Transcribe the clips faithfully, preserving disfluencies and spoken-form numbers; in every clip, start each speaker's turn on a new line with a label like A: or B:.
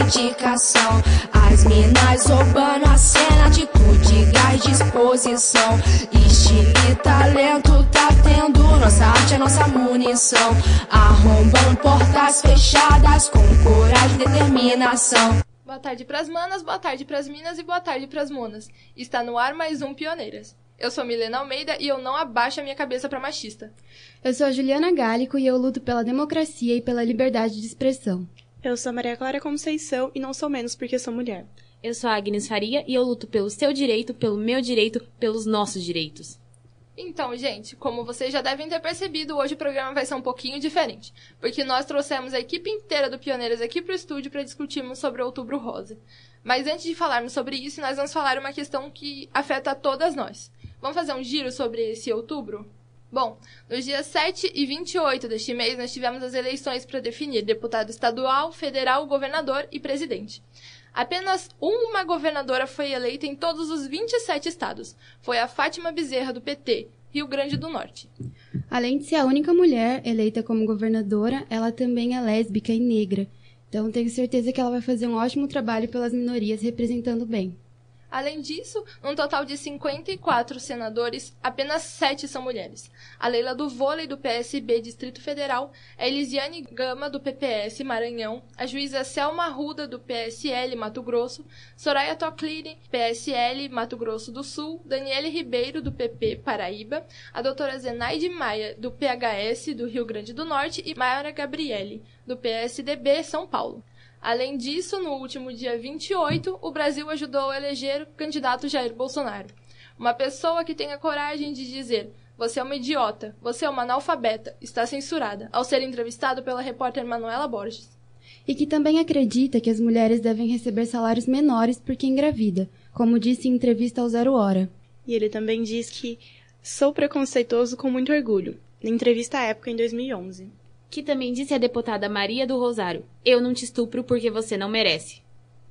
A: dedicação. As minas roubando a cena, atitude, gás, disposição. Estilo e talento tá tendo, nossa arte é nossa munição. Arrombam portas fechadas com coragem e determinação.
B: Boa tarde pras manas, boa tarde pras minas e boa tarde pras monas. Está no ar mais um Pioneiras. Eu sou Milena Almeida e eu não abaixo a minha cabeça pra machista.
C: Eu sou a Juliana Gálico e eu luto pela democracia e pela liberdade de expressão.
D: Eu sou a Maria Clara Conceição e não sou menos porque sou mulher.
E: Eu sou a Agnes Faria e eu luto pelo seu direito, pelo meu direito, pelos nossos direitos.
B: Então, gente, como vocês já devem ter percebido, hoje o programa vai ser um pouquinho diferente, porque nós trouxemos a equipe inteira do Pioneiras aqui pro estúdio para discutirmos sobre o Outubro Rosa. Mas antes de falarmos sobre isso, nós vamos falar uma questão que afeta a todas nós. Vamos fazer um giro sobre esse outubro? Bom, nos dias sete e vinte e oito deste mês, nós tivemos as eleições para definir deputado estadual, federal, governador e presidente. Apenas uma governadora foi eleita em todos os vinte e sete estados. Foi a Fátima Bezerra, do P T, Rio Grande do Norte.
C: Além de ser a única mulher eleita como governadora, ela também é lésbica e negra. Então, tenho certeza que ela vai fazer um ótimo trabalho pelas minorias, representando bem.
B: Além disso, num total de cinquenta e quatro senadores, apenas sete são mulheres. A Leila do Vôlei, do P S B Distrito Federal, a Elisiane Gama, do P P S Maranhão, a juíza Selma Arruda, do P S L Mato Grosso, Soraya Toclini, P S L Mato Grosso do Sul, Daniele Ribeiro, do P P Paraíba, a doutora Zenaide Maia, do P H S do Rio Grande do Norte e Mayara Gabriele, do P S D B São Paulo. Além disso, no último dia vinte e oito, o Brasil ajudou a eleger o candidato Jair Bolsonaro. Uma pessoa que tenha coragem de dizer: você é uma idiota, você é uma analfabeta, está censurada, ao ser entrevistado pela repórter Manuela Borges.
C: E que também acredita que as mulheres devem receber salários menores porque engravida, como disse em entrevista ao Zero Hora.
D: E ele também diz que sou preconceituoso com muito orgulho, na entrevista à época em dois mil e onze.
E: Que também disse a deputada Maria do Rosário: eu não te estupro porque você não merece.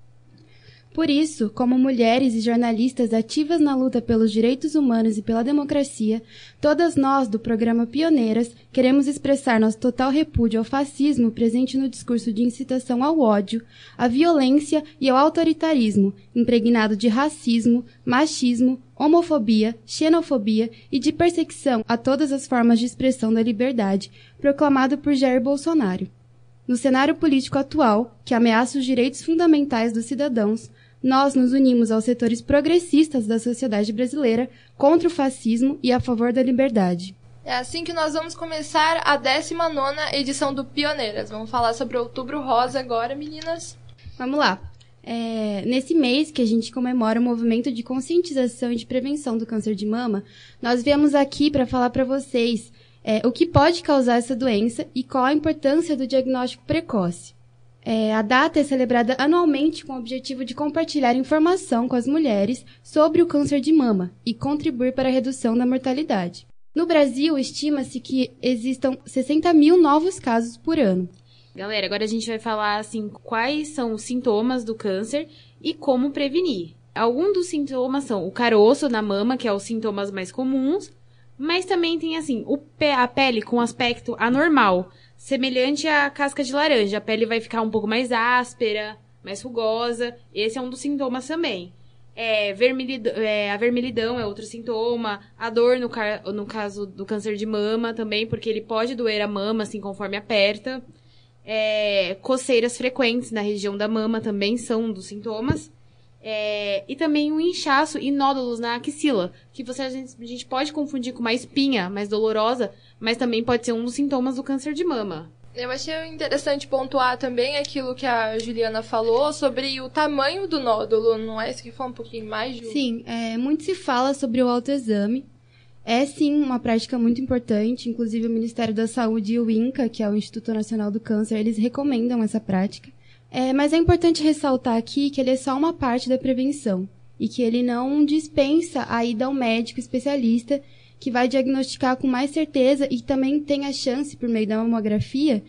C: Por isso, como mulheres e jornalistas ativas na luta pelos direitos humanos e pela democracia, todas nós do programa Pioneiras queremos expressar nosso total repúdio ao fascismo presente no discurso de incitação ao ódio, à violência e ao autoritarismo, impregnado de racismo, machismo, homofobia, xenofobia e de perseguição a todas as formas de expressão da liberdade, proclamado por Jair Bolsonaro. No cenário político atual, que ameaça os direitos fundamentais dos cidadãos, nós nos unimos aos setores progressistas da sociedade brasileira contra o fascismo e a favor da liberdade.
B: É assim que nós vamos começar a décima nona edição do Pioneiras. Vamos falar sobre o Outubro Rosa agora, meninas.
C: Vamos lá. É, nesse mês que a gente comemora o movimento de conscientização e de prevenção do câncer de mama, nós viemos aqui para falar para vocês é, o que pode causar essa doença e qual a importância do diagnóstico precoce. É, a data é celebrada anualmente com o objetivo de compartilhar informação com as mulheres sobre o câncer de mama e contribuir para a redução da mortalidade. No Brasil, estima-se que existam sessenta mil novos casos por ano.
E: Galera, agora a gente vai falar assim, quais são os sintomas do câncer e como prevenir. Alguns dos sintomas são o caroço na mama, que é os sintomas mais comuns, mas também tem assim, o pé, a pele com aspecto anormal, semelhante à casca de laranja. A pele vai ficar um pouco mais áspera, mais rugosa. Esse é um dos sintomas também. É, vermelhidão, é, a vermelhidão é outro sintoma. A dor no, car- no caso do câncer de mama também, porque ele pode doer a mama, assim, conforme aperta. É, coceiras frequentes na região da mama também são um dos sintomas. É, e também o inchaço e nódulos na axila, que você, a, gente, a gente pode confundir com uma espinha mais dolorosa, mas também pode ser um dos sintomas do câncer de mama.
B: Eu achei interessante pontuar também aquilo que a Juliana falou sobre o tamanho do nódulo, não é? Isso que fala um pouquinho mais, Ju?
C: Sim, é, muito se fala sobre o autoexame. É sim uma prática muito importante, inclusive o Ministério da Saúde e o INCA, que é o Instituto Nacional do Câncer, eles recomendam essa prática. É, mas é importante ressaltar aqui que ele é só uma parte da prevenção e que ele não dispensa a ida ao médico especialista que vai diagnosticar com mais certeza e também tem a chance, por meio da mamografia,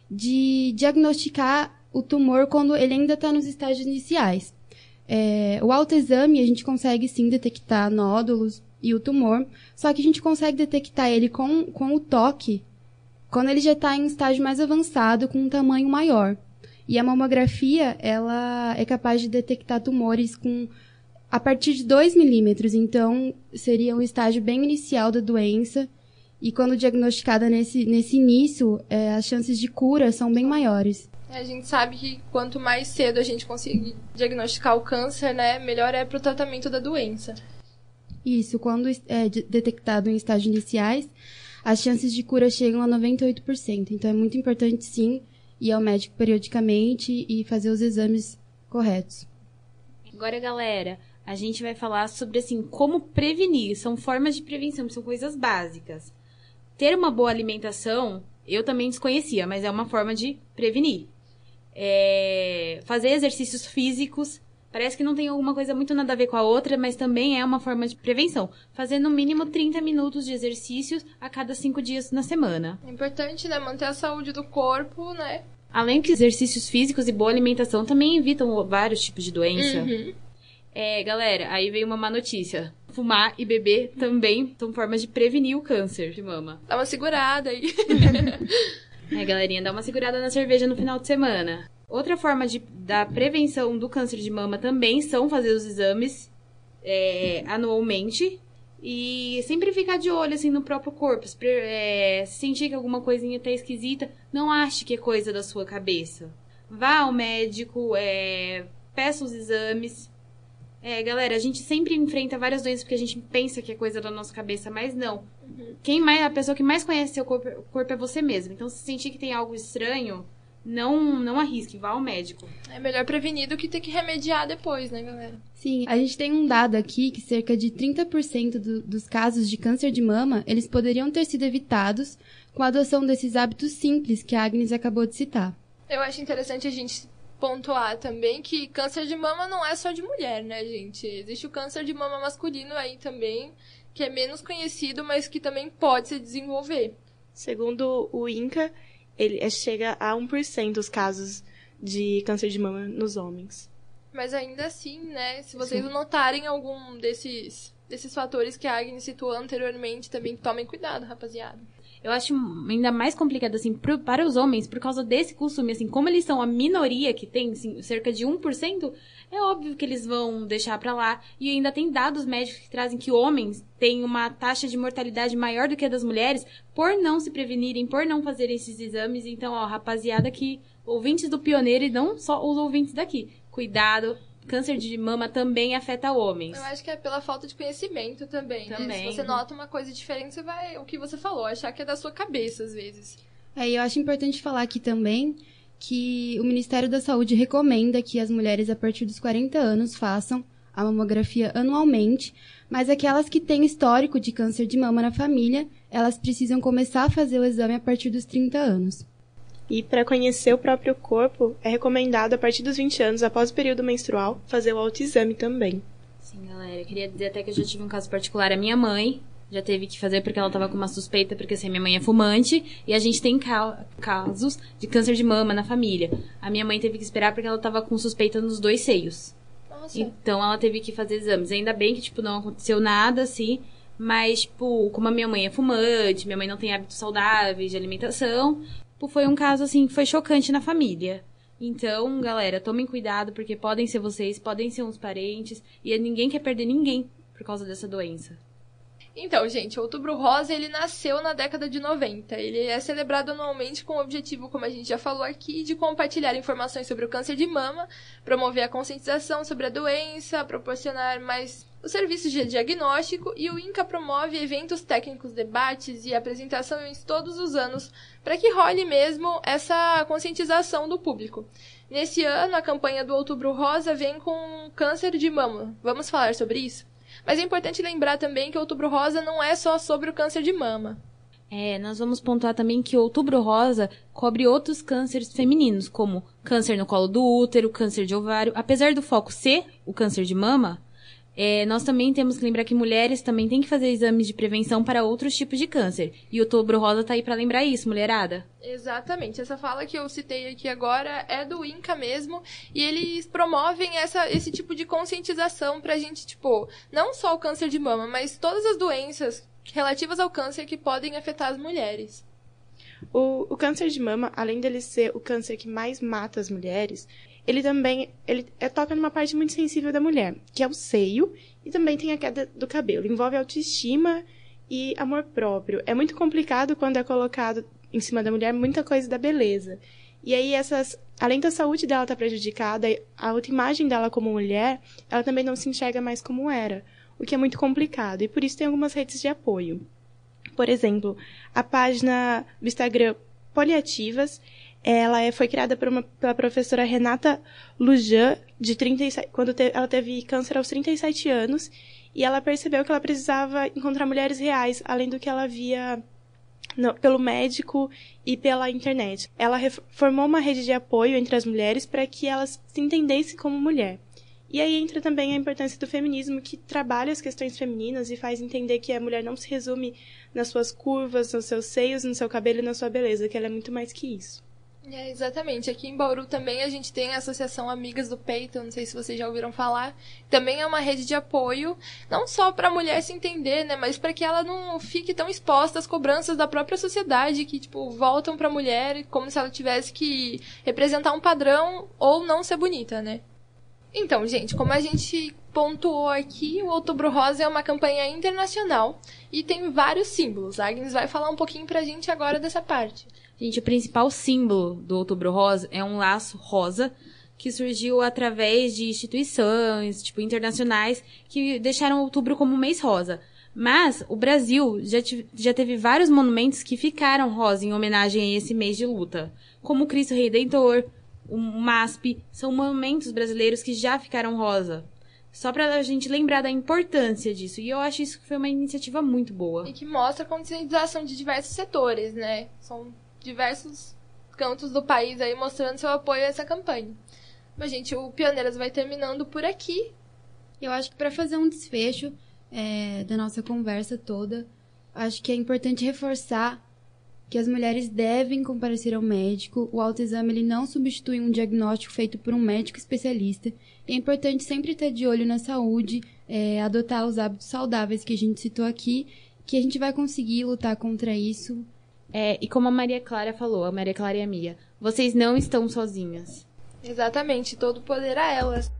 C: de diagnosticar o tumor quando ele ainda está nos estágios iniciais. É, o autoexame, a gente consegue sim detectar nódulos e o tumor, só que a gente consegue detectar ele com, com o toque quando ele já está em um estágio mais avançado, com um tamanho maior. E a mamografia, ela é capaz de detectar tumores com a partir de dois milímetros, então seria um estágio bem inicial da doença. E quando diagnosticada nesse, nesse início, é, as chances de cura são bem maiores.
B: A gente sabe que quanto mais cedo a gente conseguir diagnosticar o câncer, né, melhor é para o tratamento da doença.
C: Isso, quando é detectado em estágios iniciais, as chances de cura chegam a noventa e oito por cento. Então é muito importante, sim, ir ao médico periodicamente e fazer os exames corretos.
E: Agora, galera, a gente vai falar sobre, assim, como prevenir. São formas de prevenção, são coisas básicas. Ter uma boa alimentação, eu também desconhecia, mas é uma forma de prevenir. É... Fazer exercícios físicos, parece que não tem alguma coisa muito nada a ver com a outra, mas também é uma forma de prevenção. Fazer no mínimo trinta minutos de exercícios a cada cinco dias na semana.
B: É importante, né, manter a saúde do corpo, né?
E: Além que exercícios físicos e boa alimentação também evitam vários tipos de doença.
B: Uhum.
E: É, galera, aí veio uma má notícia. Fumar e beber também são formas de prevenir o câncer de mama.
B: Dá uma segurada aí.
E: É, galerinha, dá uma segurada na cerveja no final de semana. Outra forma de, da prevenção do câncer de mama também são fazer os exames é, anualmente. E sempre ficar de olho, assim, no próprio corpo. Se, é, se sentir que alguma coisinha tá esquisita, não ache que é coisa da sua cabeça. Vá ao médico, é, peça os exames. É, galera, a gente sempre enfrenta várias doenças porque a gente pensa que é coisa da nossa cabeça, mas não. Uhum. Quem mais, a pessoa que mais conhece seu corpo, o corpo é você mesmo. Então, se sentir que tem algo estranho, não, não arrisque, vá ao médico.
B: É melhor prevenir do que ter que remediar depois, né, galera?
C: Sim, a gente tem um dado aqui que cerca de trinta por cento do, dos casos de câncer de mama, eles poderiam ter sido evitados com a adoção desses hábitos simples que a Agnes acabou de citar.
B: Eu acho interessante a gente pontuar também que câncer de mama não é só de mulher, né, gente? Existe o câncer de mama masculino aí também, que é menos conhecido, mas que também pode se desenvolver.
D: Segundo o INCA, ele chega a um por cento os casos de câncer de mama nos homens.
B: Mas ainda assim, né, se vocês
D: Sim.
B: notarem algum desses, desses fatores que a Agnes citou anteriormente, também tomem cuidado, rapaziada.
E: Eu acho ainda mais complicado, assim, pro, para os homens, por causa desse costume, assim, como eles são a minoria que tem, assim, cerca de um por cento, é óbvio que eles vão deixar pra lá. E ainda tem dados médicos que trazem que homens têm uma taxa de mortalidade maior do que a das mulheres por não se prevenirem, por não fazerem esses exames. Então, ó, rapaziada aqui, ouvintes do Pioneiro e não só os ouvintes daqui, cuidado. Câncer de mama também afeta homens.
B: Eu acho que é pela falta de conhecimento também,
E: também.
B: né? Se você nota uma coisa diferente, você vai, o que você falou, achar que é da sua cabeça, às vezes.
C: É, e eu acho importante falar aqui também que o Ministério da Saúde recomenda que as mulheres a partir dos quarenta anos façam a mamografia anualmente, mas aquelas que têm histórico de câncer de mama na família, elas precisam começar a fazer o exame a partir dos trinta anos.
D: E para conhecer o próprio corpo, é recomendado, a partir dos vinte anos, após o período menstrual, fazer o autoexame também.
E: Sim, galera. Eu queria dizer até que eu já tive um caso particular. A minha mãe já teve que fazer porque ela tava com uma suspeita, porque assim, minha mãe é fumante. E a gente tem ca- casos de câncer de mama na família. A minha mãe teve que esperar porque ela tava com suspeita nos dois seios.
B: Nossa.
E: Então ela teve que fazer exames. Ainda bem que, tipo, não aconteceu nada, assim. Mas, tipo, como a minha mãe é fumante, minha mãe não tem hábitos saudáveis de alimentação... Foi um caso, assim, que foi chocante na família. Então, galera, tomem cuidado, porque podem ser vocês, podem ser uns parentes, e ninguém quer perder ninguém por causa dessa doença.
B: Então, gente, o Outubro Rosa, ele nasceu na década de noventa. Ele é celebrado anualmente com o objetivo, como a gente já falou aqui, de compartilhar informações sobre o câncer de mama, promover a conscientização sobre a doença, proporcionar mais os serviços de diagnóstico, e o INCA promove eventos técnicos, debates e apresentações todos os anos para que role mesmo essa conscientização do público. Nesse ano, a campanha do Outubro Rosa vem com câncer de mama. Vamos falar sobre isso? Mas é importante lembrar também que o Outubro Rosa não é só sobre o câncer de mama.
E: É, nós vamos pontuar também que o Outubro Rosa cobre outros cânceres femininos, como câncer no colo do útero, câncer de ovário. Apesar do foco ser o câncer de mama, é, nós também temos que lembrar que mulheres também têm que fazer exames de prevenção para outros tipos de câncer. E o Outubro Rosa tá aí para lembrar isso, mulherada.
B: Exatamente. Essa fala que eu citei aqui agora é do INCA mesmo, e eles promovem essa, esse tipo de conscientização pra gente, tipo, não só o câncer de mama, mas todas as doenças relativas ao câncer que podem afetar as mulheres.
D: O, o câncer de mama, além dele ser o câncer que mais mata as mulheres, ele também ele é, toca numa parte muito sensível da mulher, que é o seio, e também tem a queda do cabelo. Envolve autoestima e amor próprio. É muito complicado quando é colocado em cima da mulher muita coisa da beleza. E aí, essas, além da saúde dela estar prejudicada, a autoimagem dela como mulher, ela também não se enxerga mais como era, o que é muito complicado. E por isso tem algumas redes de apoio. Por exemplo, a página do Instagram Poliativas, ela é, foi criada por uma, pela professora Renata Lujan, de trinta e sete, quando te, ela teve câncer aos trinta e sete anos, e ela percebeu que ela precisava encontrar mulheres reais, além do que ela via no, pelo médico e pela internet. Ela formou uma rede de apoio entre as mulheres para que elas se entendessem como mulher. E aí entra também a importância do feminismo, que trabalha as questões femininas e faz entender que a mulher não se resume nas suas curvas, nos seus seios, no seu cabelo e na sua beleza, que ela é muito mais que isso.
B: É, exatamente. Aqui em Bauru também a gente tem a Associação Amigas do Peito, não sei se vocês já ouviram falar. Também é uma rede de apoio, não só para a mulher se entender, né, mas para que ela não fique tão exposta às cobranças da própria sociedade, que tipo voltam para a mulher como se ela tivesse que representar um padrão ou não ser bonita, né? Então, gente, como a gente pontuou aqui, o Outubro Rosa é uma campanha internacional e tem vários símbolos. A Agnes vai falar um pouquinho pra gente agora dessa parte.
E: Gente, o principal símbolo do Outubro Rosa é um laço rosa que surgiu através de instituições, tipo, internacionais, que deixaram outubro como um mês rosa. Mas o Brasil já, já teve vários monumentos que ficaram rosa em homenagem a esse mês de luta, como o Cristo Redentor, o MASP, são monumentos brasileiros que já ficaram rosa. Só pra a gente lembrar da importância disso. E eu acho isso que foi uma iniciativa muito boa.
B: E que mostra a conscientização de diversos setores, né? São diversos cantos do país aí mostrando seu apoio a essa campanha. Mas, gente, o Pioneiras vai terminando por aqui.
C: Eu acho que para fazer um desfecho é, da nossa conversa toda, acho que é importante reforçar que as mulheres devem comparecer ao médico. O autoexame ele não substitui um diagnóstico feito por um médico especialista. É importante sempre estar de olho na saúde, é, adotar os hábitos saudáveis que a gente citou aqui, que a gente vai conseguir lutar contra isso.
E: É, e como a Maria Clara falou, a Maria Clara e a Mia, vocês não estão sozinhas.
B: Exatamente, todo poder a elas.